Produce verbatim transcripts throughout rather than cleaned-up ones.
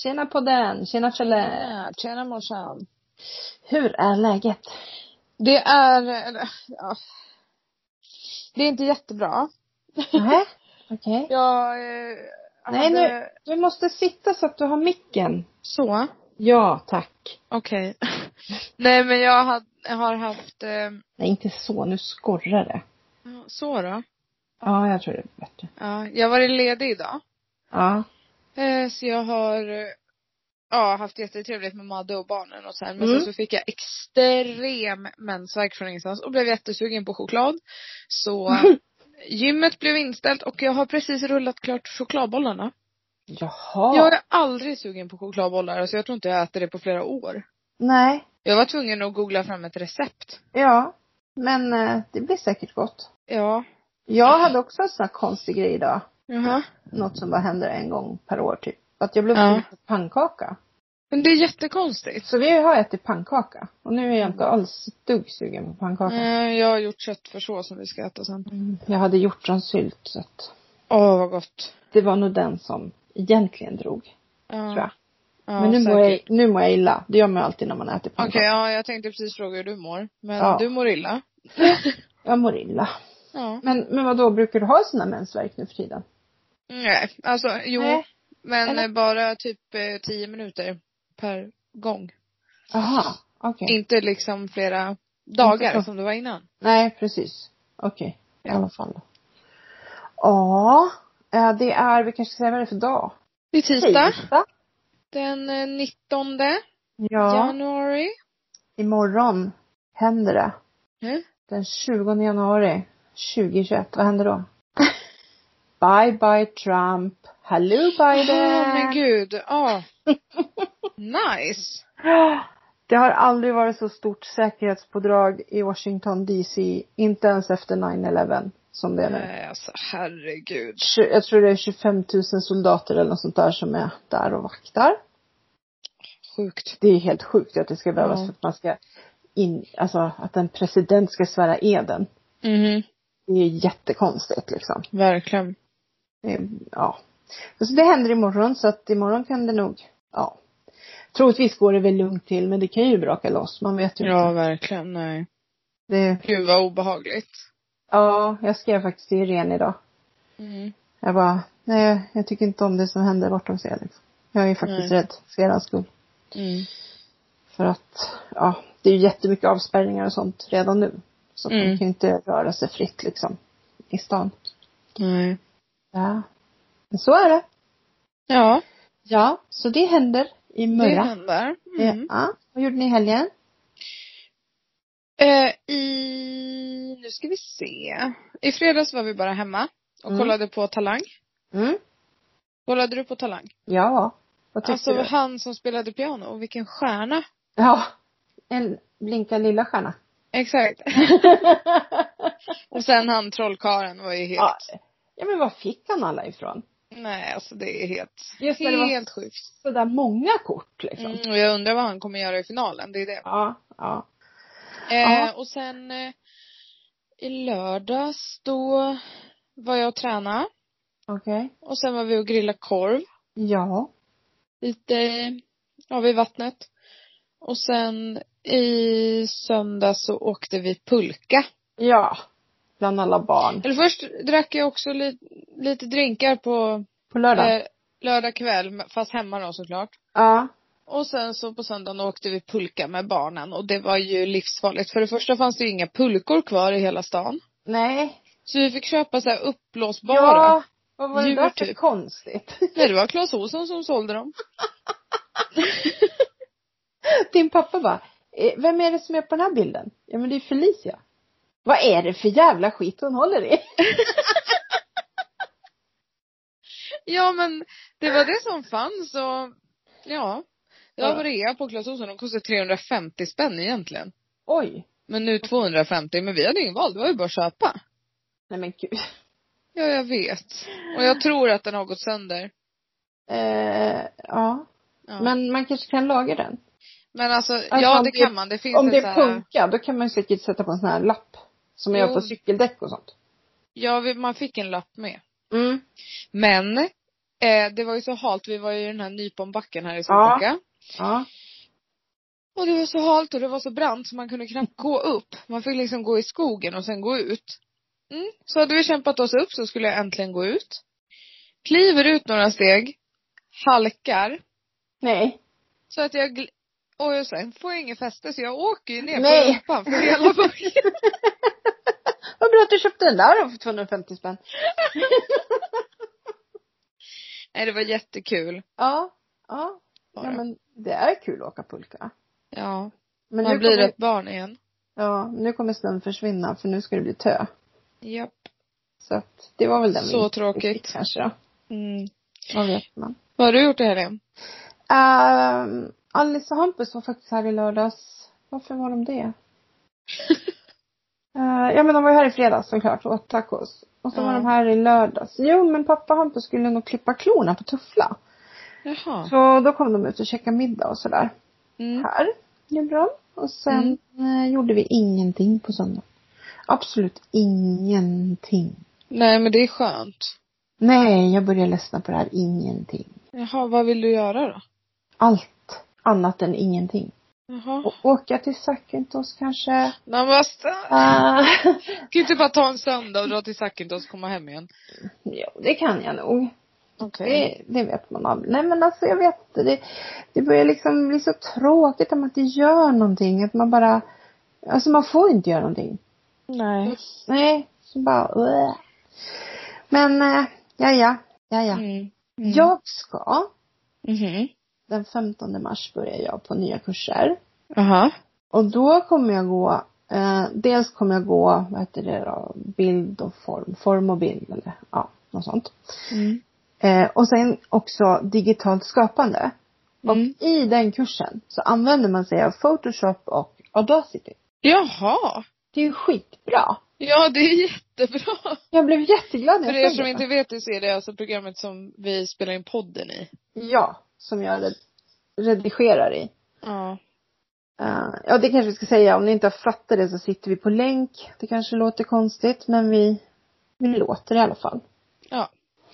Tjena på den. Tjena Challe. Ja, tjena morsan. Hur är läget? Det är, ja, det är inte jättebra. Nej, okej. Okay. Jag eh, Nej, hade... nu, du måste sitta så att du har micken. Så? Ja, tack. Okej. Okay. Nej, men jag, had, jag har haft... Eh... Nej, inte så. Nu skorrar det. Så då? Ja, jag tror det är bättre. Ja, jag var ledig idag. Ja. Eh, så jag har... Eh... Ja, haft jättetrevligt med Madde och barnen och så här. Men Mm. sen så fick jag extrem mensvärk från ingenstans och blev jättesugen på choklad. Så gymmet blev inställt och jag har precis rullat klart chokladbollarna. Jaha. Jag är aldrig sugen på chokladbollar, alltså jag tror inte jag äter det på flera år. Nej. Jag var tvungen att googla fram ett recept. Ja, men eh, det blir säkert gott. Ja. Jag hade också en sån här konstig grej idag. Jaha. Något som bara händer en gång per år typ. Att jag blev Ja. sugen på pannkaka. Men det är jättekonstigt. Så vi har ätit pannkaka. Och nu är jag inte alls dugg sugen på pannkaka. Mm, jag har gjort köttfärssås som vi ska äta sen. Mm, jag hade gjort en sylt så att... Åh, vad gott. Det var nog den som egentligen drog. Ja. Tror jag. Ja, men nu mår, jag, säkert. nu mår jag illa. Det gör man alltid när man äter pannkaka. Okej, okay, ja, jag tänkte precis fråga hur du mår. Men ja. du mår illa. Jag mår illa. Ja. Men, men vad då brukar du ha såna mensvärk nu för tiden? Nej, alltså jo. Nej. Men Eller? bara typ eh, tio minuter per gång. Aha, okej. Okay. Inte liksom flera dagar som det var innan. Nej, precis. Okej, okay. I alla fall då. Ja, det är, vi kanske ska säga vad det är för dag. Det är tisdag. tisdag. Den nittonde ja. januari. Imorgon händer det. Mm. Den tjugonde januari tjugohundratjugoett. Vad händer då? Bye bye Trump. Hallå Biden. Oh, men gud. Ja. Oh. Nice. Det har aldrig varit så stort säkerhetspådrag i Washington D C. Inte ens efter nine eleven som det är nu. Nej, alltså herregud. Jag tror det är tjugofem tusen soldater eller något sånt där som är där och vaktar. Sjukt. Det är helt sjukt att det ska behövas ja. för att man ska in, alltså att en president ska svära eden. Mhm. Det är jättekonstigt liksom. Verkligen. Det, ja. Så det händer imorgon, så att imorgon kan det nog, ja. Troligtvis går det väl lugnt till, men det kan ju braka loss, man vet ju ja, inte. Ja, verkligen, nej. Det... Gud vad obehagligt. Ja, jag skrev faktiskt till Irene idag. Mm. Jag bara, nej, jag tycker inte om det som händer bortom sig liksom. Jag är faktiskt nej. rädd för er skull. Mm. För att, ja, det är ju jättemycket avspärrningar och sånt redan nu. Så mm. man kan ju inte röra sig fritt liksom i stan. Nej. Ja, men så är det. Ja. Ja, så det händer i Mörra. Det händer. Mm. Ja, vad gjorde ni i helgen? Uh, I, nu ska vi se. I fredags var vi bara hemma och mm. kollade på Talang. Mm. Kollade du på Talang? Ja, vad tyckte alltså, du? Alltså han som spelade piano, och vilken stjärna. Ja, en blinka lilla stjärna. Exakt. Och sen han trollkaren var ju helt... Ja, ja men vad fick han alla ifrån? Nej, alltså det är helt... Just helt, det var helt sjukt. Så där många kort liksom. Mm, och jag undrar vad han kommer göra i finalen, det är det. Ja, ja. Eh, ja. Och sen eh, i lördags då var jag och tränade. Okej. Okay. Och sen var vi och grilla korv. Ja. Lite, ja, vid vattnet. Och sen i söndag så åkte vi pulka. Ja, bland alla barn. Eller först drack jag också li, lite drinkar på, på lördag. Eh, lördag kväll, fast hemma då såklart. Ja. Och sen så på söndagen åkte vi pulka med barnen. Och det var ju livsfarligt. För det första fanns det ju inga pulkor kvar i hela stan. Nej. Så vi fick köpa så här uppblåsbara. Ja, vad var det djur, där för typ. konstigt? Nej, det var Clas Ohlson som sålde dem. Din pappa bara, vem är det som är på den här bilden? Ja, men det är Felicia. Vad är det för jävla skit hon håller i? Ja, men det var det som fanns. Och ja, jag ja. var rea på Clas Ohlson. De kostade trehundrafemtio spänn egentligen. Oj. Men nu tvåhundrafemtio. Men vi hade ingen val, det var ju bara att köpa. Nej men gud. Ja, jag vet. Och jag tror att den har gått sönder. Eh, ja. ja. Men man kanske kan laga den. Men alltså, alltså ja det kan man. Det finns om det är här... punka, då kan man säkert sätta på en sån här lapp. Som man gör på cykeldäck och sånt. Ja, man fick en lapp med. Mm. Men Eh, det var ju så halt. Vi var ju i den här Nyponbacken här i Solbacka. Ja. Ja. Och det var så halt och det var så brant så man kunde knappt gå upp. Man fick liksom gå i skogen och sen gå ut. Mm. Så hade vi kämpat oss upp så skulle jag äntligen gå ut. Kliver ut några steg. Halkar. Nej. Så att jag... Gl- och sen får jag ingen fäste så jag åker ju ner Nej. på rumpan för hela backen. Vad bra att du köpte den där då för tvåhundrafemtio spänn. Nej, det var jättekul. Ja. Ja. Ja, men det är kul att åka pulka. Ja. Men man nu blir kommer, ett barn igen. Ja, nu kommer snön försvinna för nu ska det bli tö. Japp. Så att det var väl den Så vi tråkigt. fick, kanske då. Mm. Vad vet man. Vad har du gjort det här igen? Uh, Alice och Hampus var faktiskt här i lördags. Varför var de det? uh, ja men de var ju här i fredags såklart och åt tacos. Och så Ja. var de här i lördags. Jo men pappa och Hampus skulle nog klippa klorna på Tuffla. Jaha. Så då kom de ut och käkade middag och sådär. Mm. Här gjorde de. Och sen mm. eh, gjorde vi ingenting på söndag. Absolut ingenting. Nej, men det är skönt. Nej, jag börjar ledsna på det här ingenting. Jaha, vad vill du göra då? Allt annat än ingenting. Jaha. Och åka till Zakynthos kanske. Nej, vad Uh, kan du inte bara ta en söndag och dra till Zakynthos och komma hem igen? jo, det kan jag nog. Okej. Det, det vet man aldrig. Nej men alltså jag vet inte. Det, det börjar liksom bli så tråkigt om man inte gör någonting. Att man bara, alltså man får inte göra någonting. Nej. Nej, så bara, uh. Men, uh, ja ja, ja ja. Mm. Mm. Jag ska, Mhm. den femtonde mars börjar jag på nya kurser. Jaha. Och då kommer jag gå, eh, dels kommer jag gå, vad heter det då, bild och form, form och bild eller ja, något sånt. Mm. Eh, och sen också digitalt skapande. Och Mm. i den kursen så använder man sig av Photoshop och Audacity. Jaha. Det är ju skitbra. Ja, det är jättebra. Jag blev jätteglad när För jag er såg som det. inte vet det så är det alltså programmet som vi spelar in podden i. Ja, som jag red- redigerar i. Ja. Uh, ja, det kanske vi ska säga. Om ni inte har fattat det så sitter vi på länk. Det kanske låter konstigt, men vi, vi låter i alla fall. Ja.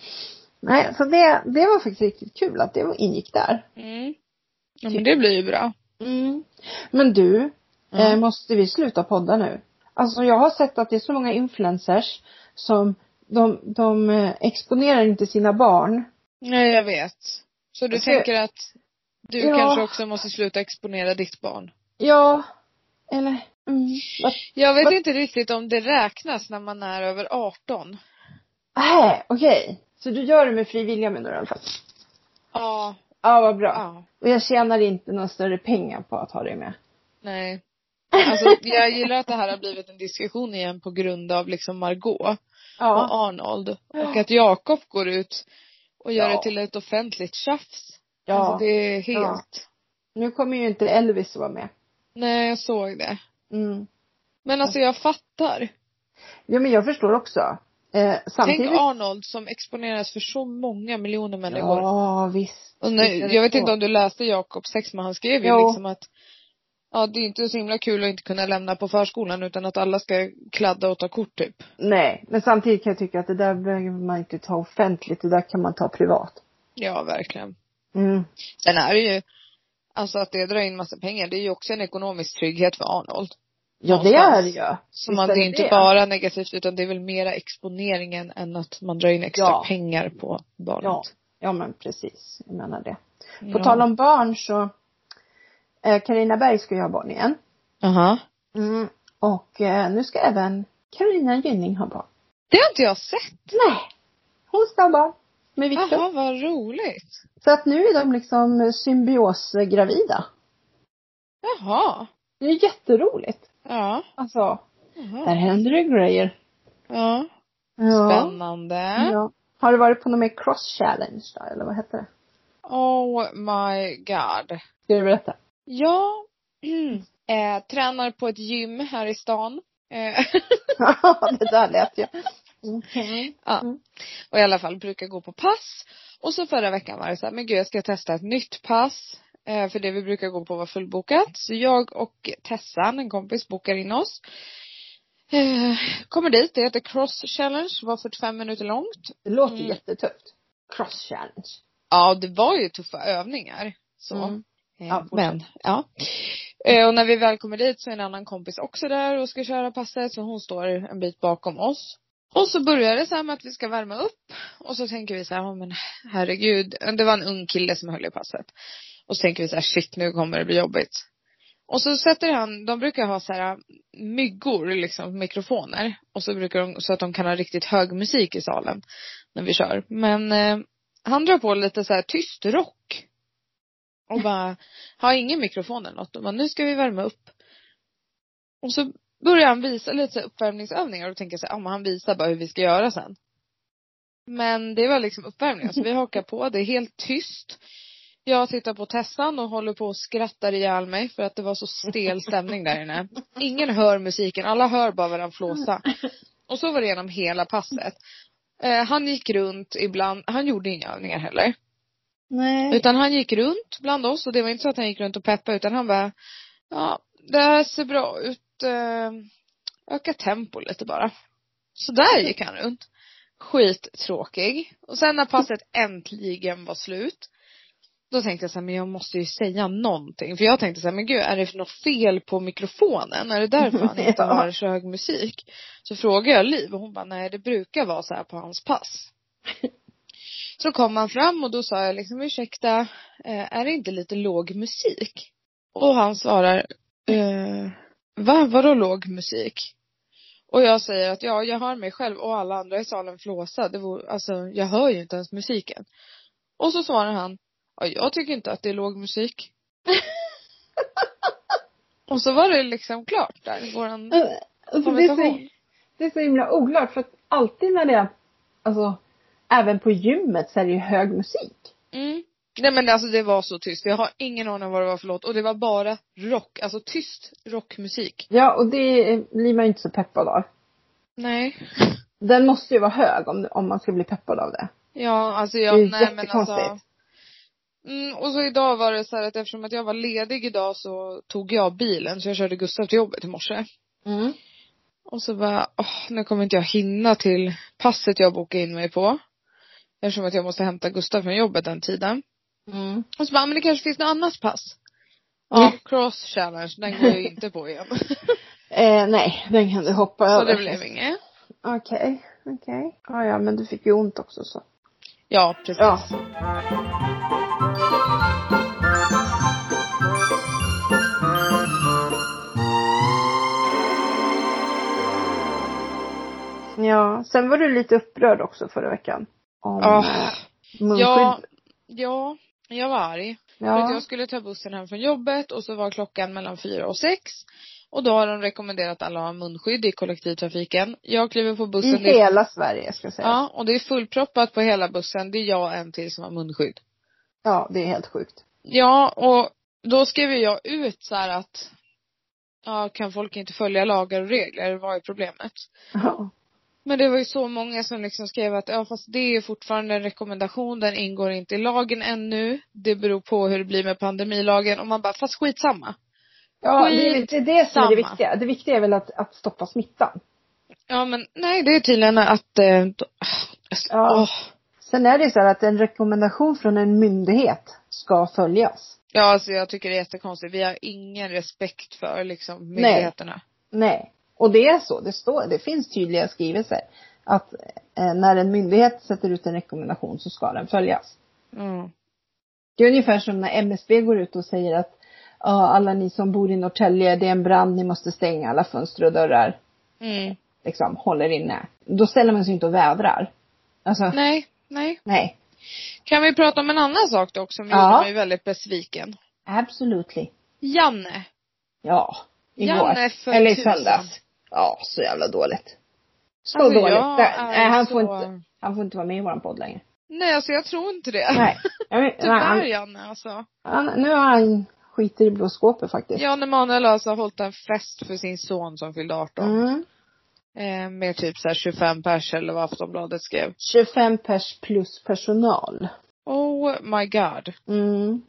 Nej, så det, det var faktiskt riktigt kul att det ingick där. Mm. Ja, men det blir ju bra. Mm. Men du, Mm. eh, måste vi sluta podda nu? Alltså jag har sett att det är så många influencers som de, de eh, exponerar inte sina barn. Nej, jag vet. Så du Alltså, tänker att du ja. kanske också måste sluta exponera ditt barn? Ja, eller... Mm, vad, Jag vet vad, inte riktigt om det räknas när man är över arton. Nej, okej. Så du gör det med fri vilja med nu i alla fall? Ja. Ja, vad bra. Ja. Och jag tjänar inte några större pengar på att ha det med. Nej. Alltså jag gillar att det här har blivit en diskussion igen på grund av liksom Margot och Ja. Arnold. Och att Jakob går ut och gör Ja. det till ett offentligt tjafs. Ja. Alltså det är helt. Ja. Nu kommer ju inte Elvis att vara med. Nej, jag såg det. Mm. Men alltså jag fattar. Ja, men jag förstår också. Eh, samtidigt... Tänk Arnold som exponeras för så många miljoner människor. Ja, visst. Och när, jag vet inte om du läste Jakob sex, men han skrev ju Jo. liksom att ja, det är inte så himla kul att inte kunna lämna på förskolan utan att alla ska kladda och ta kort typ. Nej, men samtidigt kan jag tycka att det där behöver man inte ta offentligt. Det där kan man ta privat. Ja, verkligen. Mm. Sen är det ju, alltså att det drar in massa pengar, det är ju också en ekonomisk trygghet för Arnold. Ja, det är det ju. Så man, det är inte bara negativt utan det är väl mera exponeringen än att man drar in extra Ja. pengar på barnet. Ja, ja men precis. Jag menar det. På Ja. tal om barn så eh, Carina Berg ska ju ha barn igen. Aha. Mm. Och eh, nu ska även Carina Gynning ha barn. Det har inte jag sett. Nej. Hon ska ha barn med Victor. Jaha, vad roligt. Så att nu är de liksom symbiosgravida. Jaha. Det är jätteroligt. Ja. Alltså, Jaha. där händer det grejer. Ja. Ja. Spännande. Ja. Har du varit på någon mer cross challenge då, eller vad heter det? Oh my god. Ska du berätta? Jag mm, eh, tränar på ett gym här i stan. Eh, Ja, det där lät ju. Okay. ja. Mm. Och i alla fall brukar gå på pass. Och så förra veckan var det så här, men gud jag ska testa ett nytt pass. Eh, för det vi brukar gå på var fullbokat. Så jag och Tessan, en kompis, bokar in oss. Eh, kommer dit, det heter Cross Challenge, var fyrtiofem minuter långt. Det låter Mm. jättetufft. cross challenge. Ja, det var ju tuffa övningar. Så. Mm. Eh, Ja, men, ja. Eh, och när vi väl kommer dit så är en annan kompis också där och ska köra passet. Så hon står en bit bakom oss. Och så börjar det så här med att vi ska värma upp. Och så tänker vi så här, oh, men herregud. Det var en ung kille som höll i passet. Och så tänker vi så här, shit, nu kommer det bli jobbigt. Och så sätter han, de brukar ha så här myggor, liksom mikrofoner. Och så brukar de, så att de kan ha riktigt hög musik i salen när vi kör. Men eh, han drar på lite så här tyst rock. Och bara, har ingen mikrofon eller något. Och bara, nu ska vi värma upp. Och så börjar han visa lite så här uppvärmningsövningar. Och tänker så här, ja men han visar bara hur vi ska göra sen. Men det var liksom uppvärmningar. Så vi hakar på, det är helt tyst. Jag tittar på Tessan och håller på och skrattar ihjäl mig. För att det var så stel stämning där inne. Ingen hör musiken, alla hör bara varandra flåsa. Och så var det genom hela passet. Eh, han gick runt ibland, han gjorde inga övningar heller. Nej. Utan han gick runt bland oss. Och det var inte så att han gick runt och peppade. Utan han bara, ja, det här ser bra ut. Eh, öka tempo lite bara. Så där gick han runt. Skittråkig. Och sen när passet äntligen var slut. Då tänkte jag så här, men jag måste ju säga någonting. För jag tänkte så här, men gud, är det något fel på mikrofonen? Är det därför han inte Ja. har så hög musik? Så frågade jag Liv och hon bara, nej det brukar vara så här på hans pass. Så kom han fram och då sa jag liksom, ursäkta, är det inte lite låg musik? Och han svarar, eh, va, vadå låg musik? Och jag säger att ja, jag hör mig själv och alla andra i salen flåsa. Det var, alltså, jag hör ju inte ens musiken. Och så svarar han, ja, jag tycker inte att det är låg musik. Och så var det liksom klart där, våran alltså, det, är så, det är så himla oklart. För att alltid när det är, alltså, även på gymmet så är det ju hög musik. Mm. Nej men alltså det var så tyst. Jag har ingen aning om vad det var för låt. Och det var bara rock, alltså tyst rockmusik. Ja, och det blir man ju inte så peppad av. Nej. Den måste ju vara hög om, om man ska bli peppad av det. Ja, alltså jag, det är nej men alltså. jättekonstigt. Mm, och så idag var det så här att eftersom att jag var ledig idag så tog jag bilen. Så jag körde Gustav till jobbet i morse. Mm. Och så bara, åh, nu kommer inte jag hinna till passet jag bokade in mig på. Eftersom att jag måste hämta Gustav från jobbet den tiden. Mm. Och så bara, men det kanske finns något annat pass. Ja, mm. Cross challenge, den går ju inte på igen. eh, nej, den kan du hoppa så över. Så det blev inget. Okej, okay, okej. Okay. Ja, ja, men du fick ju ont också så. Ja, precis. Ja. Ja, sen var du lite upprörd också förra veckan. Om oh. munskydd. Ja, ja, jag var arg. Ja. För att jag skulle ta bussen hem från jobbet och så var klockan mellan fyra och sex. Och då har de rekommenderat alla ha munskydd i kollektivtrafiken. Jag kliver på bussen. I hela Sverige ska jag säga. Ja, och det är fullproppat på hela bussen. Det är jag en till som har munskydd. Ja, det är helt sjukt. Ja, och då skrev jag ut så här att ja, kan folk inte följa lagar och regler? Vad är problemet? Ja. Men det var ju så många som liksom skrev att ja, fast det är fortfarande en rekommendation. Den ingår inte i lagen ännu. Det beror på hur det blir med pandemilagen. Och man bara, fast skitsamma. Ja, Skit det, det är det som är det viktiga. Det viktiga är väl att, att stoppa smittan. Ja, men nej, det är tydligen att äh, då, ja. Åh. Sen är det så här att en rekommendation från en myndighet ska följas. Ja, alltså jag tycker det är jättekonstigt. Vi har ingen respekt för liksom myndigheterna. Nej, nej. Och det är så, det står, det finns tydliga skrivelser. Att eh, när en myndighet sätter ut en rekommendation så ska den följas. Mm. Det är ungefär som när M S B går ut och säger att ja, alla ni som bor i Norrtälje, det är en brand, ni måste stänga alla fönster och dörrar. Mm. Liksom, håller inne. Då ställer man sig inte och vädrar. Alltså, nej, nej. Nej. Kan vi prata om en annan sak då som ja. gjorde mig väldigt besviken? Absolutely. Janne. Ja, igår. Janne för Eller i tusen. söndags. Ja, så jävla dåligt. Så alltså, dåligt. Nej, han, så... får inte, han får inte vara med i våran podd längre. Nej, alltså jag tror inte det. Nej. Jag vet, Tyvärr, han, Janne, alltså. Han, nu har han skiter i blå skåpet faktiskt. Ja, när Manuel alltså har hållit en fest för sin son som fyllde arton. Mm. Eh, med typ så här tjugofem pers eller vad Aftonbladet skrev. tjugofem pers plus personal. Oh my god. Mm.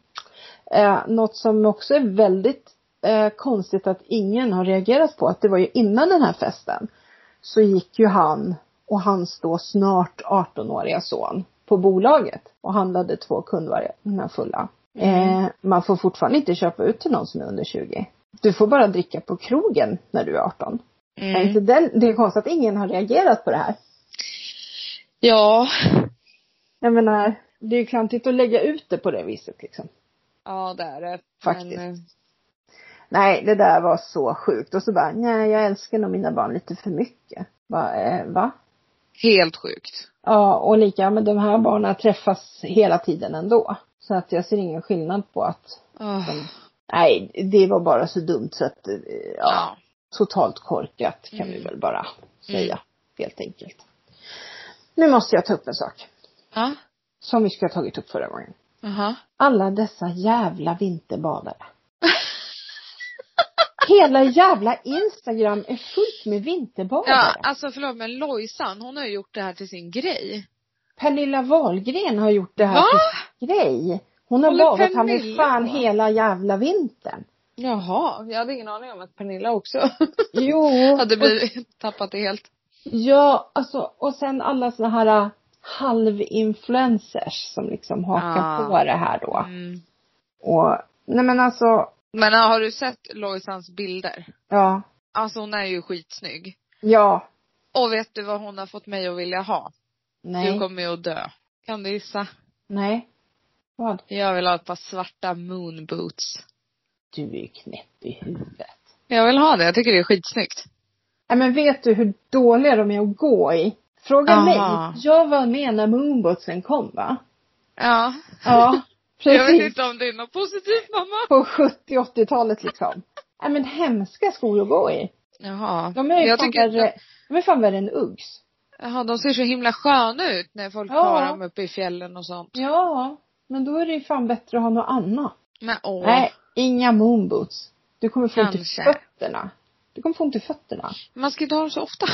Eh, något som också är väldigt eh, konstigt att ingen har reagerat på. Att det var ju innan den här festen. Så gick ju han och hans då snart arton-åriga son på bolaget och handlade två kundvarianter fulla. Mm. Eh, man får fortfarande inte köpa ut till någon som är under tjugo. Du får bara dricka på krogen när du är arton. Mm. Är inte den, det är konstigt att ingen har reagerat på det här. Ja. Jag menar, det är ju klantigt att lägga ut det på det viset liksom. Ja, det är det. Faktiskt. Men... Nej, det där var så sjukt. Och så bara, nej, jag älskar nog mina barn lite för mycket. Va? Eh, va? Helt sjukt. Ja, och lika, men de här barnen träffas hela tiden ändå. Så att jag ser ingen skillnad på att... Oh. De, nej, det var bara så dumt så att... Ja, ja. Totalt korkat kan mm. vi väl bara säga. Mm. Helt enkelt. Nu måste jag ta upp en sak. Ja. Som vi ska ha tagit upp förra gången. Uh-huh. Alla dessa jävla vinterbadare. Hela jävla Instagram är fullt med vinterbadare. Ja, alltså förlåt, men Lojsan, hon har ju gjort det här till sin grej. Pernilla Wahlgren har gjort det här Va? till sin grej. Hon har badat han med fan hela jävla vintern. Jaha, jag hade ingen aning om att Pernilla också jo, hade blivit och, tappat det helt. Ja, alltså, och sen alla såna här halvinfluencers som liksom hakar ah. på det här då. Mm. Och, nej men alltså. Men har du sett Lojsans bilder? Ja. Alltså hon är ju skitsnygg. Ja. Och vet du vad hon har fått mig att vilja ha? Nej. Du kommer ju att dö. Kan du gissa? Nej. Vad? Jag vill ha ett par svarta moonboots. Du är knäpp i huvudet. Jag vill ha det, jag tycker det är skitsnyggt. Nej men vet du hur dåliga de är att gå i? Fråga Aha. mig. Jag var med när moonbootsen kom, va? Ja. Ja. Precis. Jag vet inte om det är något positivt, mamma. På sjuttio-åttiotalet liksom. Nej men hemska skor att gå i. Jaha. De är ju fan värre, att... de är fan värre än Uggs. Jaha, de ser så himla sköna ut när folk ja. har dem uppe i fjällen och sånt. Ja, men då är det ju fan bättre att ha något annat. Men åh. Nej, inga moonboots. Du kommer få ont i fötterna. Du kommer få ont i fötterna. Man ska inte ha dem så ofta.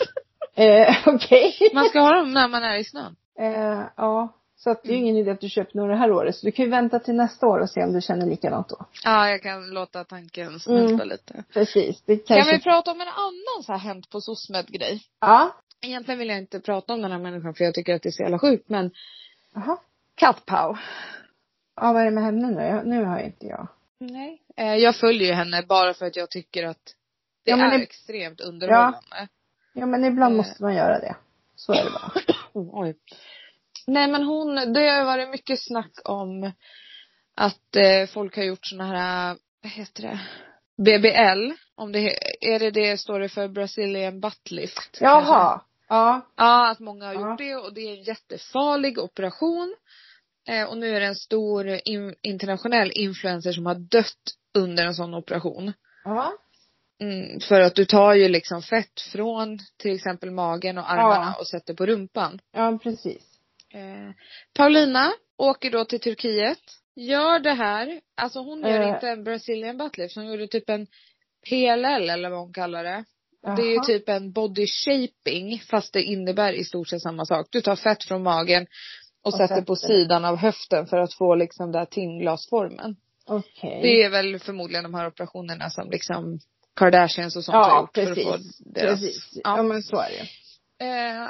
eh, okej. Okay. Man ska ha dem när man är i snön. Eh, ja. Så att det är ju ingen idé att du köper några det här året. Så du kan ju vänta till nästa år och se om du känner likadant då. Ja, jag kan låta tanken smälta mm. lite. Precis. Det kanske... Kan vi prata om en annan så här hänt på SOSMED-grej? Ja. Egentligen vill jag inte prata om den här människan för jag tycker att det är så jävla sjukt. Men Aha. Kattpau. Ja, vad är det med henne nu? Jag, nu har jag inte jag. Nej. Eh, jag följer ju henne bara för att jag tycker att det ja, är det... extremt underhållande. Ja. ja, men ibland eh. måste man göra det. Så är det bara. oh, oj. Nej men hon, det har varit mycket snack om att eh, folk har gjort såna här, vad heter det? B B L, om det är det det står det för Brazilian butt lift. Jaha. Kanske? Ja. Ja, att många har ja. gjort det och det är en jättefarlig operation. Eh, och nu är det en stor in, internationell influencer som har dött under en sån operation. Ja. Mm, för att du tar ju liksom fett från till exempel magen och armarna ja. och sätter på rumpan. Ja, precis. Eh, Paulina åker då till Turkiet. Gör det här. Alltså hon gör eh. inte en Brazilian butt lift. Hon gjorde typ en P L L eller vad hon kallar det. Aha. Det är ju typ en body shaping. Fast det innebär i stort sett samma sak. Du tar fett från magen. Och, och sätter på sidan av höften. För att få liksom där timglasformen. Okej. Okay. Det är väl förmodligen de här operationerna som liksom Kardashians och sånt ja, har gjort. Precis. För att få deras... precis. Ja. ja men så är det. Eh,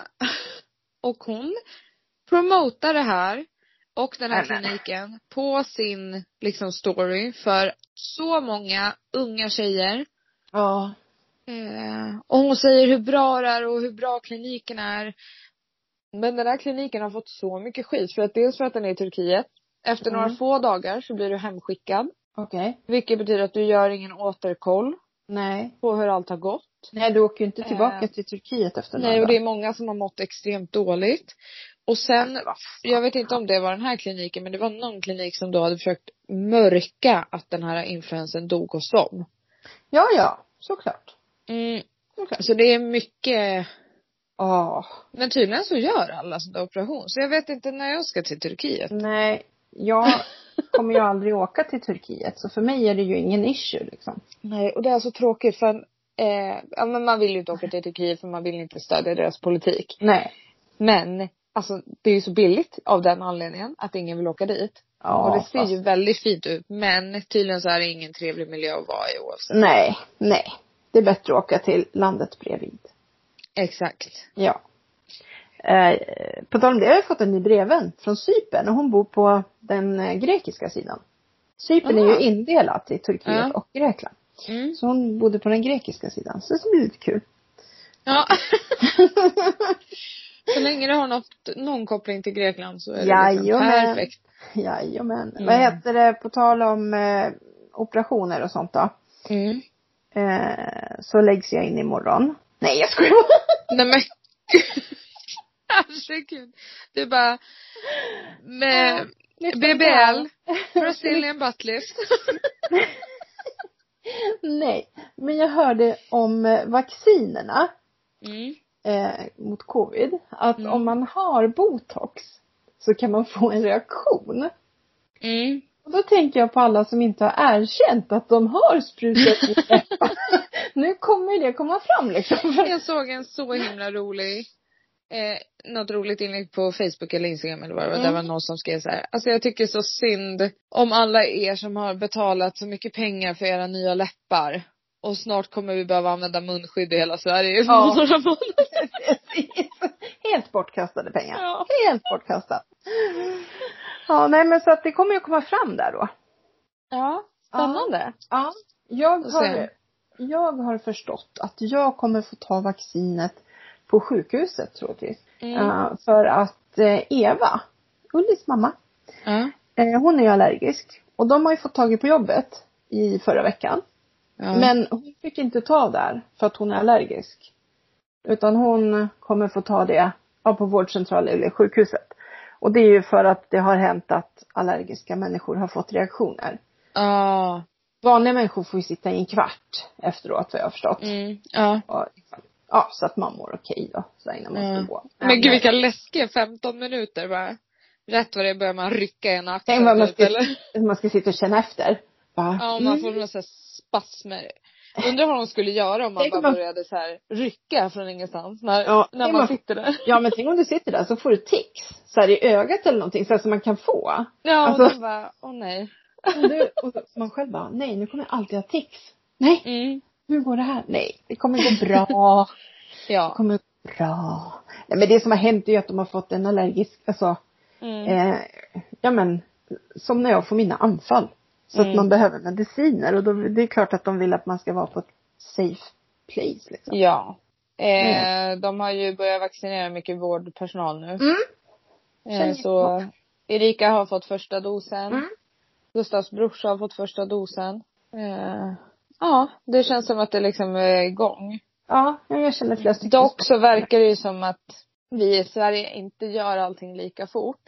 och hon promotar det här och den här kliniken på sin liksom story för så många unga tjejer. Ja. Eh, och hon säger hur bra det är och hur bra kliniken är. Men den här kliniken har fått så mycket skit för att dels för att den är i Turkiet. Efter mm. några få dagar så blir du hemskickad. Okej. Okay. Vilket betyder att du gör ingen återkoll. Nej. På hur allt har gått. Nej, du åker ju inte tillbaka eh, till Turkiet efter några Nej, och det är många som har mått extremt dåligt. Och sen, ja, jag vet inte om det var den här kliniken, men det var någon klinik som då hade försökt mörka att den här influensen dog hos dem. Ja, ja, såklart. Mm. Okay. Så det är mycket... Oh. Men tydligen så gör alla sådana operation. Så jag vet inte när jag ska till Turkiet. Nej, jag kommer ju aldrig åka till Turkiet. Så för mig är det ju ingen issue liksom. Nej, och det är så tråkigt för... Eh, ja, men man vill ju inte åka till Turkiet för man vill inte stödja deras politik. Nej. Men, alltså det är ju så billigt av den anledningen att ingen vill åka dit. Ja, och det ser fast... ju väldigt fint ut. Men tydligen så är det ingen trevlig miljö att vara i oavsett. Nej, nej. Det är bättre att åka till landet bredvid. Exakt. Ja. Eh, på tal om det, jag har fått en ny brevvän från Cypern och hon bor på den eh, grekiska sidan. Cypern är ju indelat i Turkiet ja. och Grekland. Mm. Så hon bodde på den grekiska sidan. Så det blir lite kul. Ja. Så länge du har något, någon koppling till Grekland så är det Jajamän. liksom perfekt. Jajamän. Mm. Vad heter det på tal om eh, operationer och sånt då? Mm. Eh, så läggs jag in imorgon. Nej, jag skojar. Nej men herregud. Det är bara med ja, B B L Brazilian butt lift. Nej, men jag hörde om vaccinerna mm. eh, mot covid. Att mm. om man har botox så kan man få en reaktion. Mm. Och då tänker jag på alla som inte har erkänt att de har sprutat i läppar. Nu kommer det komma fram liksom. Jag såg en så himla rolig eh, något roligt inlägg på Facebook eller Instagram eller vad det var. Mm. Där var någon som skrev så här: alltså jag tycker så synd om alla er som har betalat så mycket pengar för era nya läppar. Och snart kommer vi behöva använda munskydd i hela Sverige. Ja. Några månader. Helt bortkastade pengar. Ja. Helt bortkastat. Ja, nej men så att det kommer ju komma fram där då. Ja, spännande. Ja, jag har, jag har förstått att jag kommer få ta vaccinet på sjukhuset troligtvis. Mm. Uh, för att uh, Eva, Ullis mamma, mm. uh, hon är allergisk. Och de har ju fått tag i på jobbet i förra veckan. Mm. Men hon fick inte ta där för att hon är allergisk. Utan hon kommer få ta det ja, på vårdcentral eller sjukhuset. Och det är ju för att det har hänt att allergiska människor har fått reaktioner. Ja. Uh. Vanliga människor får ju sitta i en kvart efteråt, vad jag har förstått. Mm. Ja. Och, ja, så att man mår okej då. Så innan man mm. ska gå. Men, men gud, vilka läskiga femton minuter bara. Rätt vad det börjar man rycka en axel. Tänk vad man ska, eller? Man ska sitta och känna efter. Bara, ja, man får några så här spasmer. Undrar vad de skulle göra om man tänk bara man... började så här rycka från ingenstans. När, ja, när man, man sitter där. Ja, men tänk om du sitter där så får du tics. Så här i ögat eller någonting. Så här som man kan få. Ja, alltså, och de bara, åh nej. Och, du, och man själv bara, nej nu kommer jag alltid ha tics. Nej, mm. hur går det här? Nej, det kommer gå bra. Ja. Det kommer gå bra. Nej, men det som har hänt är ju att de har fått en allergisk, alltså, mm. eh, ja men, som när jag får mina anfall. Så mm. att man behöver mediciner. Och då, det är klart att de vill att man ska vara på ett safe place liksom. Ja. Eh, mm. De har ju börjat vaccinera mycket vårdpersonal nu. Mm. Eh, så Erika har fått första dosen. Mm. Gustavs brorsa har fått första dosen. Eh, ja, det känns som att det liksom är igång. Ja, jag känner flest. Dock så verkar det ju som att vi i Sverige inte gör allting lika fort.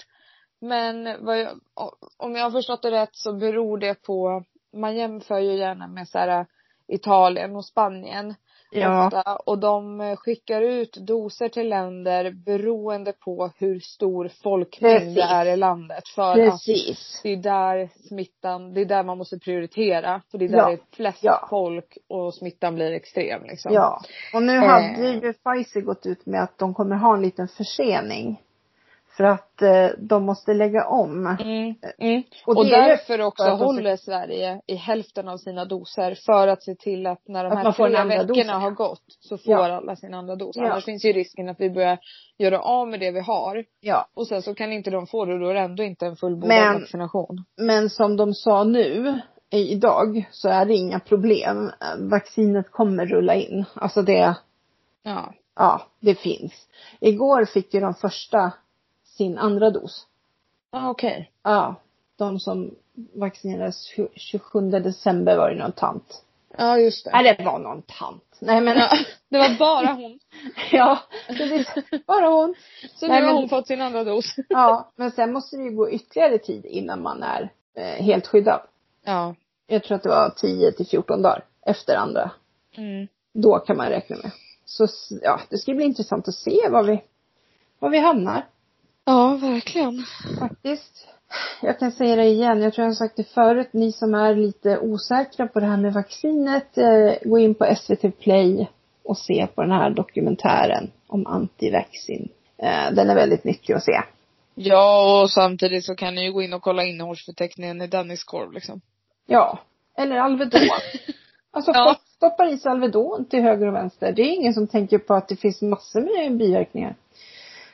Men vad jag, om jag har förstått det rätt så beror det på, man jämför ju gärna med så här Italien och Spanien. Ja. Ofta, och de skickar ut doser till länder beroende på hur stor folkmängd det är i landet. För Precis. Att det är där smittan, det är där man måste prioritera. För det är där ja. det är flest ja. folk och smittan blir extrem liksom. Ja, och nu hade eh. ju Pfizer gått ut med att de kommer ha en liten försening. För att eh, de måste lägga om. Mm, mm. Och, och därför också håller de... Sverige i hälften av sina doser. För att se till att när de att här tre veckorna dosen. har gått. Så får ja. alla sin andra dos. Ja. Annars finns ju risken att vi börjar göra av med det vi har. Ja. Och sen så kan inte de få det. Och då är det ändå inte en fullbordad men, vaccination. Men som de sa nu. Idag så är det inga problem. Vaccinet kommer rulla in. Alltså det. Ja. Ja, det finns. Igår fick ju de första sin andra dos. Ah, okej. Okay. Ja, de som vaccinerades tjugosjunde december var det någon tant. Ja, just det. Nej, det var någon tant. Nej, men ja, det var bara hon. Ja, det bara hon. Så nu har men... hon fått sin andra dos. Ja, men sen måste det ju gå ytterligare tid innan man är eh, helt skyddad. Ja. Jag tror att det var tio till fjorton dagar efter andra. Mm. Då kan man räkna med. Så ja, det ska bli intressant att se var vi, var vi hamnar. Ja, verkligen. Faktiskt. Jag kan säga det igen. Jag tror jag har sagt det förut. Ni som är lite osäkra på det här med vaccinet. Eh, gå in på S V T Play och se på den här dokumentären om antivaccin. Eh, den är väldigt nyttig att se. Ja, och samtidigt så kan ni ju gå in och kolla innehållsförteckningen i Dennis korv liksom. Ja, eller Alvedon. Alltså ja. folk stoppar i sig Alvedon till höger och vänster. Det är ingen som tänker på att det finns massor med biverkningar.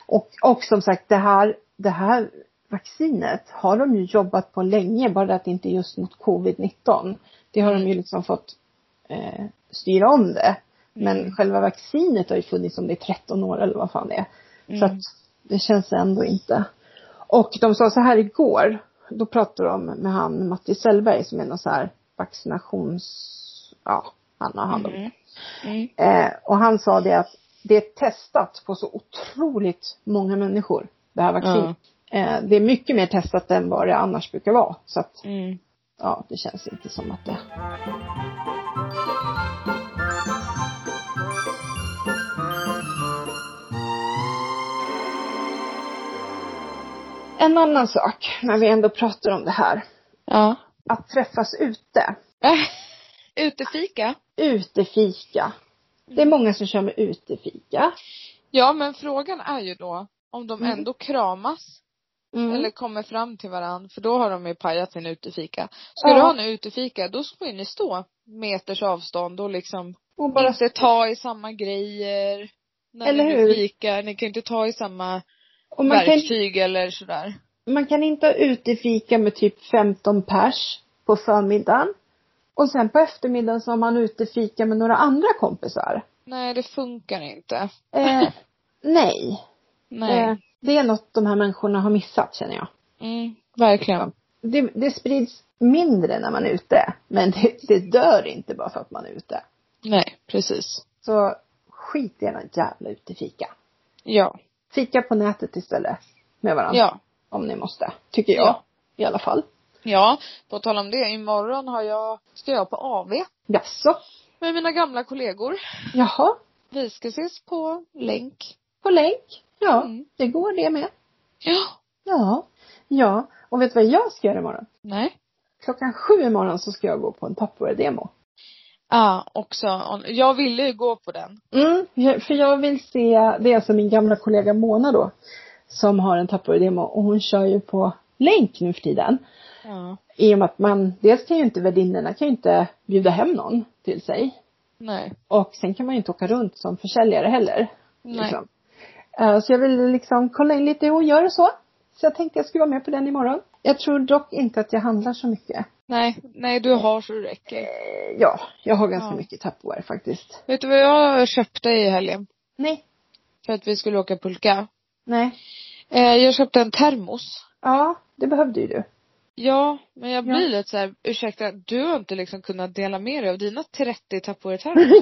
Och, och som sagt, det här, det här vaccinet har de ju jobbat på länge. Bara att det inte just mot covid nitton. Det har mm. de ju liksom fått eh, styra om det. Men mm. själva vaccinet har ju funnits om det är tretton år eller vad fan det är. Mm. Så att det känns ändå inte. Och de sa så här igår. Då pratade de med han Matti Sellberg som är någon så här vaccinations... Ja, han har hand om det. Mm. Eh, och han sa det att det är testat på så otroligt många människor. Det här vaccinet. Mm. Eh, det är mycket mer testat än vad det annars brukar vara. Så att, mm. ja, det känns inte som att det... En annan sak, när vi ändå pratar om det här. Ja. Att träffas ute. Utefika? Utefika. Det är många som kör med utefika. Ja, men frågan är ju då om de mm. ändå kramas. Mm. Eller kommer fram till varandra. För då har de ju pajat sin utefika. Ska ja. du ha en utefika, då ska ni stå meters avstånd och liksom och bara inte ta i samma grejer. När eller ni hur? Fikar. Ni kan inte ta i samma och man verktyg kan, eller sådär. Man kan inte ha utefika med typ femton pers på förmiddagen. Och sen på eftermiddagen så har man utefika med några andra kompisar. Nej, det funkar inte. Eh, nej. Nej. Eh, det är något de här människorna har missat, känner jag. Mm, verkligen. Det, det sprids mindre när man är ute. Men det, det dör inte bara för att man är ute. Nej, precis. Så skit i den jävla utefika. Ja. Fika på nätet istället med varandra. Ja. Om ni måste. Tycker jag. Ja. I alla fall. Ja, på tal om det. Imorgon har jag, ska jag på A V. Jaså? Med mina gamla kollegor. Jaha. Vi ska ses på länk. På länk? Ja, mm. det går det med. Ja. Ja. Ja. Och vet du vad jag ska göra imorgon? Nej. Klockan sju imorgon så ska jag gå på en Tupperware-demo. Ja, också. Jag ville ju gå på den. Mm, för jag vill se, det är alltså min gamla kollega Mona då. Som har en Tupperware-demo. Och hon kör ju på länk nu för tiden. Ja. I och med att man, dels kan ju inte värdinnorna kan ju inte bjuda hem någon till sig. Nej. Och sen kan man ju inte åka runt som försäljare heller. Nej. Liksom. Uh, så jag vill liksom kolla in lite hur hon gör och så. Så jag tänkte jag skulle vara med på den imorgon. Jag tror dock inte att jag handlar så mycket. Nej, nej du har så det räcker. Uh, ja, jag har ganska ja. mycket Tupperware faktiskt. Vet du vad jag köpte i helgen? Nej. För att vi skulle åka pulka. Nej. Uh, jag köpte en termos. Ja, det behövde ju du. Ja, men jag blir ja. lite så här, ursäkta, du har inte liksom kunnat dela med dig av dina trettio Tupperware-termosar.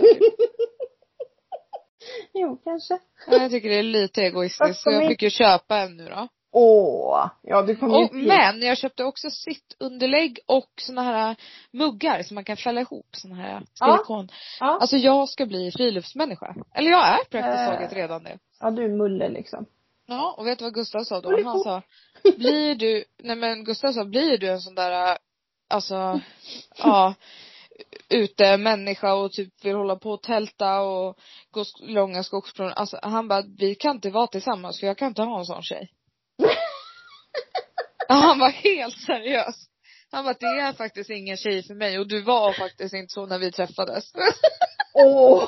Jo, kanske. Ja, jag tycker det är lite egoistiskt. Så jag fick ju köpa en nu då. Åh, ja du kommer och, Men jag köpte också sittunderlägg och såna här muggar som man kan fälla ihop. Såna här silikon. Ja. Ja. Alltså jag ska bli friluftsmänniska. Eller jag är praktiskt taget äh, redan det. Ja, du är mulle liksom. Ja, och vet du vad Gustav sa då? Han sa, blir du, nej men Gustav sa, blir du en sån där, alltså, ja, ute människa och typ vill hålla på och tälta och gå sk- långa skogspromenader. Alltså han bara, vi kan inte vara tillsammans för jag kan inte ha en sån tjej. Han var helt seriös. Han bara, det är faktiskt ingen tjej för mig och du var faktiskt inte så när vi träffades. Åh,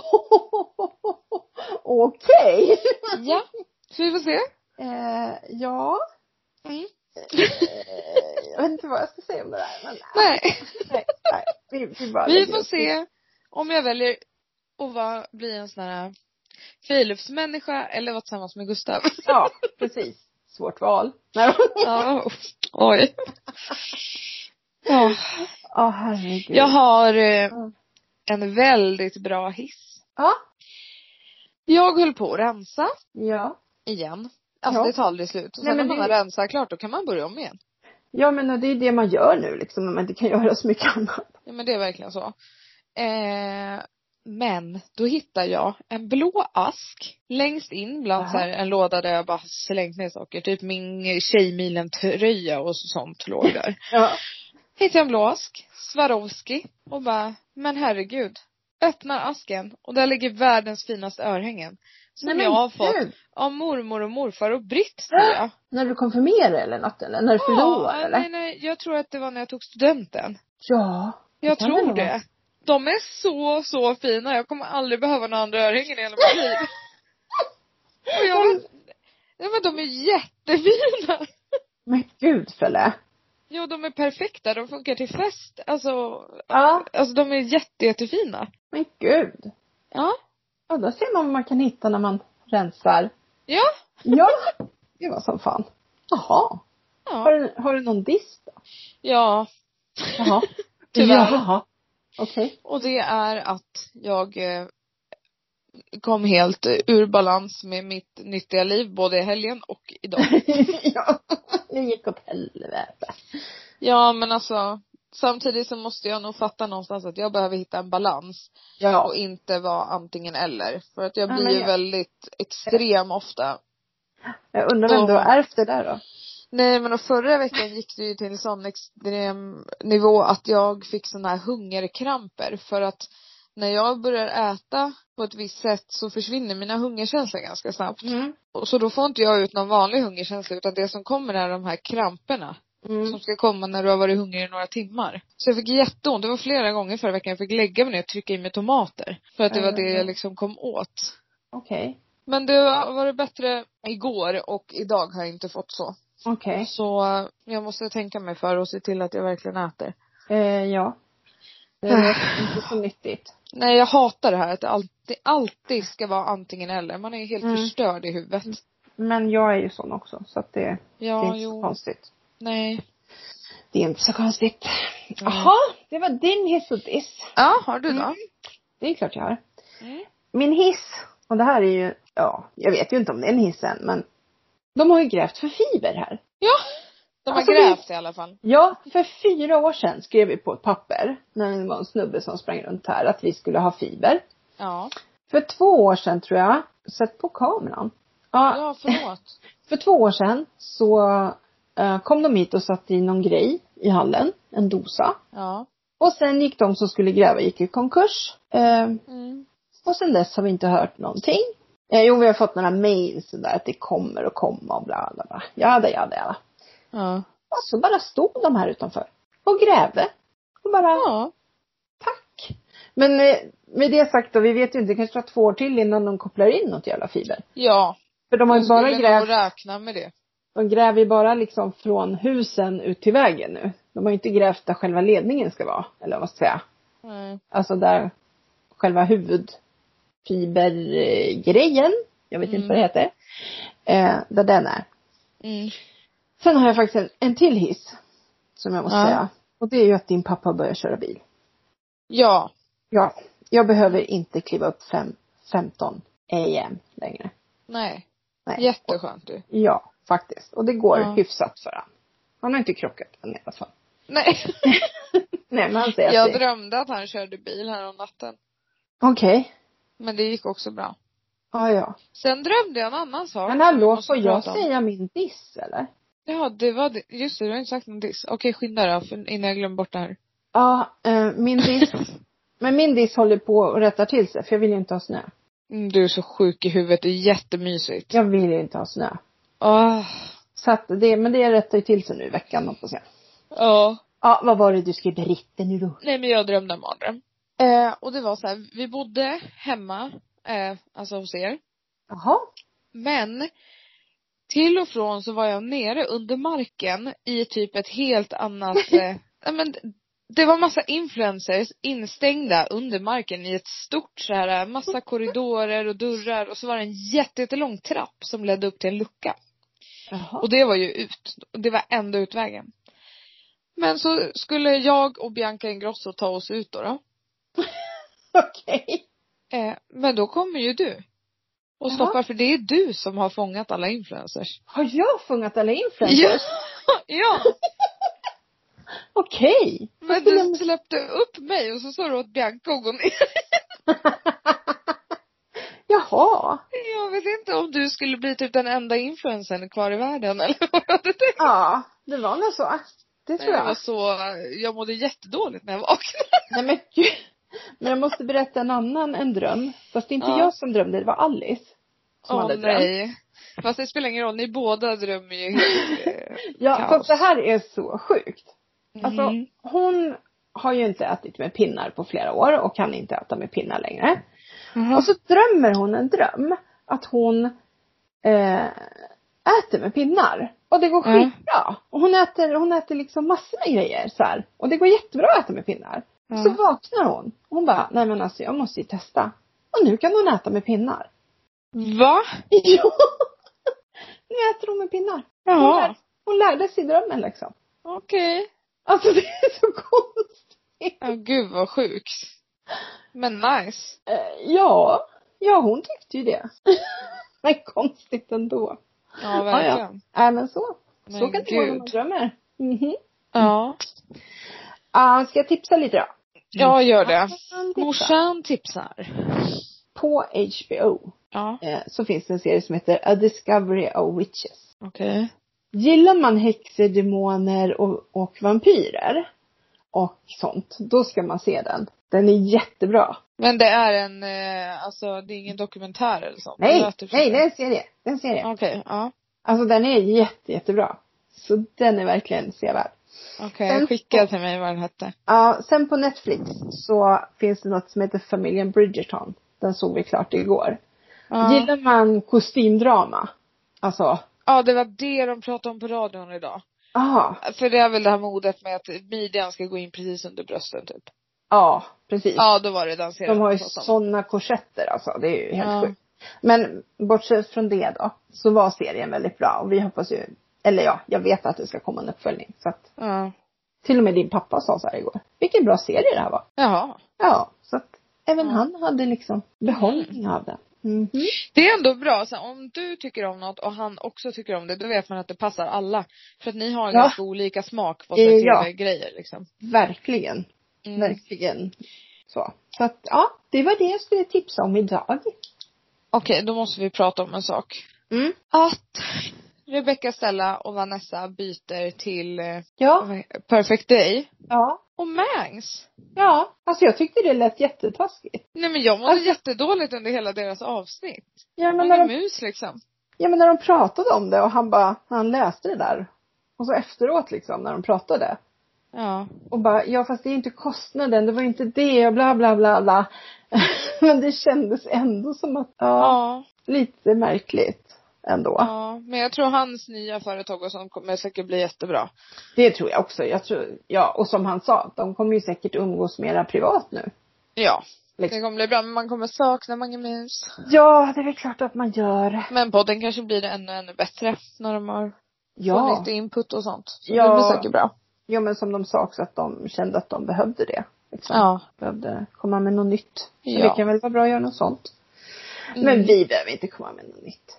okej. Ja. Så vi får se. Eh, ja. Mm. Eh, jag vet inte vad jag ska säga om det där. Men, nej. nej, nej. Vi, vi, bara vi får se om jag väljer att vara, bli en sån här friluftsmänniska eller vara tillsammans med Gustav. Ja, precis. Svårt val. Ja, oj. Ja. Åh, herregud. Jag har eh, en väldigt bra hiss. Ja. Jag höll på att rensa. Ja. Igen. Alltså ja. det tar aldrig slut. Och sen nej, när man det... har rensat klart, då kan man börja om igen. Ja, men det är det man gör nu liksom. När man inte kan göra så mycket annat. Ja, men det är verkligen så. Eh, men då hittar jag en blå ask längst in bland så här, en låda där jag bara slängt ner saker. Typ min Tjejmilen-tröja och sånt låg där. Ja. Hittar jag en blå ask. Swarovski. Och bara, men herregud. Öppnar asken. Och där ligger världens finaste örhängen. Som nej, jag har fått Gud. Av mormor och morfar och Britt, tror jag. När du konfirmerade eller något? Eller när du ja, förlorade? Eller? Nej, nej. Jag tror att det var när jag tog studenten. Ja. Jag tror det. det. De är så, så fina. Jag kommer aldrig behöva några andra örhängen i hela mitt liv. Och jag var, Ja, men de är jättefina. Men gud, Felle. Ja, de är perfekta. De funkar till fest. Alltså, Ja. alltså de är jätte, jättefina. Men gud. Ja. Ja, då ser man vad man kan hitta när man rensar. Ja. Ja, det var som fan. Jaha. Ja. Har du, har du någon diss då? Ja. Jaha. Tyvärr. Jaha. Okej. Okay. Och det är att jag eh, kom helt ur balans med mitt nyttiga liv både i helgen och idag. Ja, det gick åt helvete. Ja, men alltså samtidigt så måste jag nog fatta någonstans att jag behöver hitta en balans. Ja. Och inte vara antingen eller. För att jag Ja, blir men ju jag... väldigt extrem ofta. Jag undrar vem och... du har ärvt det där då? Nej, men och förra veckan gick det ju till en sån extrem nivå att jag fick såna här hungerkramper. För att när jag börjar äta på ett visst sätt så försvinner mina hungerkänslor ganska snabbt. Mm. Och så då får inte jag ut någon vanlig hungerkänsla, utan det som kommer är de här kramperna. Mm. Som ska komma när du har varit hungrig i några timmar. Så jag fick jätteont. Det var flera gånger förra veckan jag fick lägga mig ner och trycka i mig tomater. För att det var det jag liksom kom åt. Okej. Okay. Men det har varit bättre igår och idag har jag inte fått så. Okej. Okay. Så jag måste tänka mig för och se till att jag verkligen äter. Eh, ja. Det är inte så nyttigt. Nej, jag hatar det här att det alltid, alltid ska vara antingen eller. Man är helt mm. förstörd i huvudet. Men jag är ju sån också. Så att det, ja, det är inte jo. så konstigt. Nej. Det är inte så konstigt. Jaha, mm. det var din hiss och diss. Ja, har du då? Mm. Det är klart jag har. Mm. Min hiss, och det här är ju, ja, jag vet ju inte om det är en hiss än, men de har ju grävt för fiber här. Ja, de har alltså grävt vi, i alla fall. Ja, för fyra år sedan skrev vi på ett papper, när det var en snubbe som sprang runt här, att vi skulle ha fiber. Ja. För två år sedan tror jag, sett på kameran. Ja, ja förlåt. För två år sedan så uh, kom de hit och satt i någon grej i hallen, en dosa. Ja. Och sen gick de som skulle gräva, gick i konkurs. Uh, mm. Och sen dess har vi inte hört någonting. Eh, jo, vi har fått några mejl sådär att det kommer och komma och bla bla bla. Jada, jada, jada. Ja. Och så bara stod de här utanför. Och grävde. Och bara, ja. Tack. Men eh, med det sagt då, vi vet ju inte, det kanske tar två år till innan de kopplar in något jävla fiber. Ja. För de har ju bara grävt. De räkna med det. De gräver ju bara liksom från husen ut till vägen nu. De har ju inte grävt där själva ledningen ska vara. Eller vad ska jag säga. Mm. Alltså där själva huvud fibergrejen. Jag vet mm. inte vad det heter. Eh, där den är. Mm. Sen har jag faktiskt en, en till hiss. Som jag måste ja. säga. Och det är ju att din pappa börjar köra bil. Ja. Ja. Jag behöver inte kliva upp fem, femton a m längre. Nej. Nej. Jätteskönt du. Ja, faktiskt. Och det går ja. hyfsat för han. Han har inte krockat än i alla fall. Nej. Nej, men han säger jag att det... drömde att han körde bil här om natten. Okej. Okay. Men det gick också bra. Ja, ja. Sen drömde jag en annan sak. Men hallå, får jag säga min diss, eller? Ja, det var det. Just det, du har inte sagt någon diss. Okej, skynda då, för innan jag glömmer bort det här. Ja, eh, min diss. Men min diss håller på att rätta till sig, för jag vill ju inte ha snö. Mm, du är så sjuk i huvudet, det är jättemysigt. Jag vill ju inte ha snö. Åh. Så att det, men det rättar ju till sig nu i veckan, hoppas jag. Ja. Ja, vad var det du skulle berätta nu då? Nej, men jag drömde en mardröm. Eh, och det var så här, vi bodde hemma, eh, alltså hos er. Jaha. Men till och från så var jag nere under marken i typ ett helt annat, eh, men det var massa influencers instängda under marken i ett stort så här, massa korridorer och dörrar. Och så var det en jättelång trapp som ledde upp till en lucka. Jaha. Och det var ju ut, det var enda utvägen. Men så skulle jag och Bianca Ingrosso ta oss ut då. då. Okej. Okay. Eh, men då kommer ju du. Och stoppar, för det är du som har fångat alla influencers. Har jag fångat alla influencers? Ja. Ja. Okej. Okay. Men du släppte upp mig och så sa du åt Bianca och gå ner. Jaha. Jag vet inte om du skulle bli typ den enda influencern kvar i världen eller vad du tänkte. Ja, det var nog så. Det tror jag. Det var så, jag mådde jättedåligt när jag vaknade. Nej men gud. Men jag måste berätta en annan en dröm. Fast det är inte ja. jag som drömde, det var Alice som Åh, hade drömt. Nej. Fast det spelar ingen roll, ni båda drömmer ju helt eh, ja, kaos. fast det här är så sjukt. Mm. Alltså, hon har ju inte ätit med pinnar på flera år och kan inte äta med pinnar längre. Mm. Och så drömmer hon en dröm att hon eh, äter med pinnar. Och det går Mm. skitbra. Och hon äter, hon äter liksom massor med grejer så här. Och det går jättebra att äta med pinnar. Mm. Så vaknar hon. Och hon bara, nej men alltså jag måste ju testa. Och nu kan hon äta med pinnar. Va? Ja. Nu äter hon med pinnar. Hon, Jaha. lär, hon lärde sig drömmen liksom. Okej. Alltså det är så konstigt. Ja, gud vad sjukt. Men nice. Eh, ja. Ja, hon tyckte ju det. Men konstigt ändå. Ja, verkligen. Ja, ja. Äh, men så. Men så kan det vara när gud. man drömmer. Mhm. Ja. Ja, ska jag tipsa lite då? Ja, gör det. Morsan tipsar. Morsan tipsar. På H B O Ja. eh, så finns det en serie som heter A Discovery of Witches. Okej. Gillar man häxor, demoner och, och vampyrer och sånt, då ska man se den. Den är jättebra. Men det är en, eh, alltså det är ingen dokumentär eller så? Nej, Det låter så. nej, det är en serie. Det är en serie. Okej, ja. Alltså den är jätte, jättebra. Så den är verkligen sevärd. Okej, Sen- skicka till mig vad den hette. Ja, sen på Netflix så finns det något som heter Familjen Bridgerton. Den såg vi klart igår. Ja. Gillar man kostymdrama? Alltså, Ja, det var det de pratade om på radion idag. aha, För det är väl det här modet med att midjan ska gå in precis under brösten typ. ja, precis. Ja, då var det den serien De har ju pratade om. sådana korsetter alltså, det är ju helt Ja. sjukt. Men bortsett från det då, så var serien väldigt bra. Och vi hoppas ju, eller ja, jag vet att det ska komma en uppföljning. Så att Ja. till och med din pappa sa så här igår. Vilken bra serie det här var. Jaha. Ja, så att även Ja. han hade liksom behållning av det. Mhm. Det är ändå bra, så om du tycker om något och han också tycker om det, då vet man att det passar alla. För att ni har en Ja. ganska olika smak på Eh, ja. tv-grejer liksom. Verkligen. Mm. Verkligen. Så. Så att, ja, det var det jag skulle tipsa om idag. Okej, då måste vi prata om en sak. Mm. Att Rebecca, Stella och Vanessa byter till eh, Ja. vad heter- Perfect Day. Ja. Och Mangs. Ja. Alltså jag tyckte det lät jättetaskigt. Nej men jag mådde Alltså- jättedåligt under hela deras avsnitt. Ja men, Man när är de, mus liksom. ja men när de pratade om det och han bara, han läste det där. Och så efteråt liksom när de pratade. Ja. Och bara, ja fast det är inte kostnaden, det var inte det och bla bla bla bla. Men det kändes ändå som att, ja, Ja. lite märkligt ändå. Ja. Men jag tror hans nya företag och sånt kommer säkert bli jättebra. Det tror jag också. Jag tror, ja, och som han sa, de kommer ju säkert umgås mera privat nu. Ja. Liksom. Det kommer bli bra, men man kommer sakna Mange Mus. Ja, det är väl klart att man gör. Men podden kanske blir det ännu, ännu bättre när de har Ja. fått lite input och sånt. Så Ja. det blir säkert bra. Ja, men som de sa också att de kände att de behövde det. Liksom. Ja. Behövde komma med något nytt. Så Ja. det kan väl vara bra att göra något sånt. Mm. Men vi behöver inte komma med något nytt.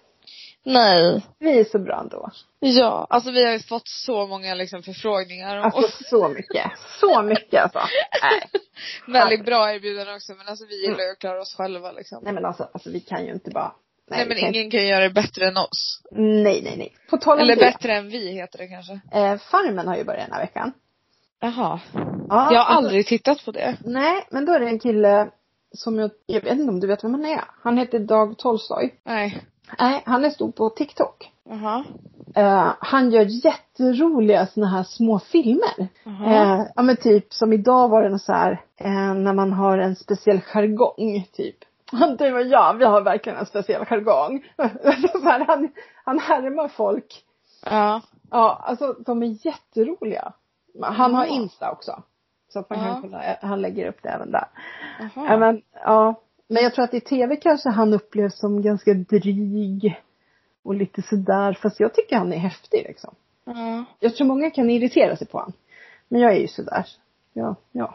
Nej. Vi är så bra ändå. Ja, alltså vi har ju fått så många liksom förfrågningar. Och Alltså så mycket. Så mycket alltså. Nej. väldigt bra erbjudanden också. Men alltså vi gillar ju att klara oss själva liksom. Nej men alltså, alltså vi kan ju inte bara. Nej, men vi kan ingen kan göra det bättre än oss. Nej, nej, nej. På tal om Eller det. bättre än vi heter det kanske. Eh, Farmen har ju börjat den här veckan. Jaha. Ja, Jag har alltså- aldrig tittat på det. Nej, men då är det en kille som jag, jag vet inte om du vet vem han är. Han heter Dag Tolstoy. Nej. Nej, han är stor på TikTok. Jaha. Uh, han gör jätteroliga såna här små filmer. Jaha. Uh, ja men typ som idag var det något så här uh, när man har en speciell jargong typ. Han typ, ja vi har verkligen en speciell jargong. Så här, han, han härmar folk. Ja. Ja, alltså de är jätteroliga. Han har Ja. Insta också. Så att man Ja. kan kolla, han lägger upp det även där. Jaha. Ja, men, ja. Men jag tror att i tv kanske han upplevs som ganska dryg. Och lite sådär. Fast jag tycker han är häftig liksom. Ja. Jag tror många kan irritera sig på han. Men jag är ju sådär. Ja, ja.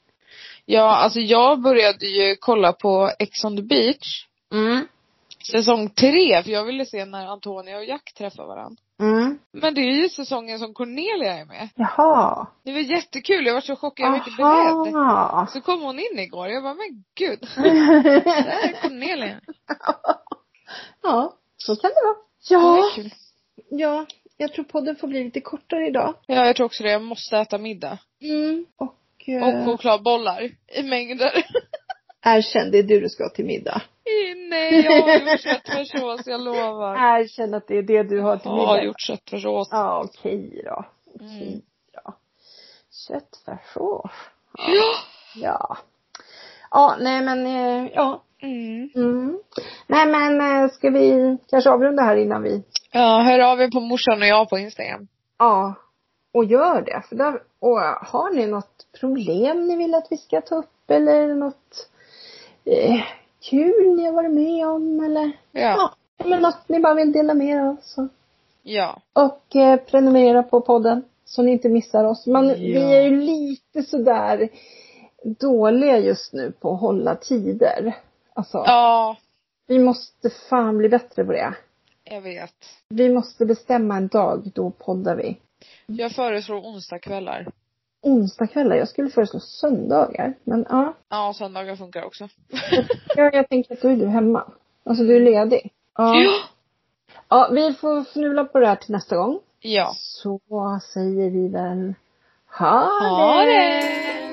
Ja, alltså jag började ju kolla på Ex on the Beach. Mm. Säsong tre, för jag ville se när Antonia och Jack träffar varandra. Mm. Men det är ju säsongen som Cornelia är med. Jaha. Det var jättekul, jag var så chockad, jag var inte beredd. Aha. Så kom hon in igår, jag bara, men gud. Där är Cornelia. Ja, så kan det vara. Det Ja, var kul. ja. Jag tror podden får bli lite kortare idag. Ja, jag tror också det, jag måste äta middag. Mm. Och, Och eh, chokladbollar i mängder. erkänn, det är du du ska till middag. Nej, jag har gjort köttfärssås, jag lovar. Erkänn att det är det du har till Jag middag. har gjort köttfärssås. Ja, okej då. Okej Mm. då. Köttfärssås. Ja. Ja. Ja, nej men, eh, ja. Mm. Mm. Nej men, eh, ska vi kanske avrunda här innan vi Ja, hör av er på morsan och jag på Instagram. Ja, och gör det. För där, och har ni något problem ni vill att vi ska ta upp eller något eh, kul ni har varit med om eller Ja. ja, eller något ni bara vill dela med er av så. Ja. Och eh, prenumerera på podden så ni inte missar oss. Man, Ja. Vi är ju lite sådär dåliga just nu på att hålla tider. Alltså, Ja. vi måste fan bli bättre på det. Jag vet. Vi måste bestämma en dag, då poddar vi. Jag föreslår onsdagskvällar. Onsdagskvällar, jag skulle föreslå söndagar. Men ja. Ja, söndagar funkar också. Ja, jag tänker att då är du hemma. Alltså du är ledig. Ja. Ja. Ja, vi får fnula på det här till nästa gång. Ja. Så säger vi väl ha, Ha det! det!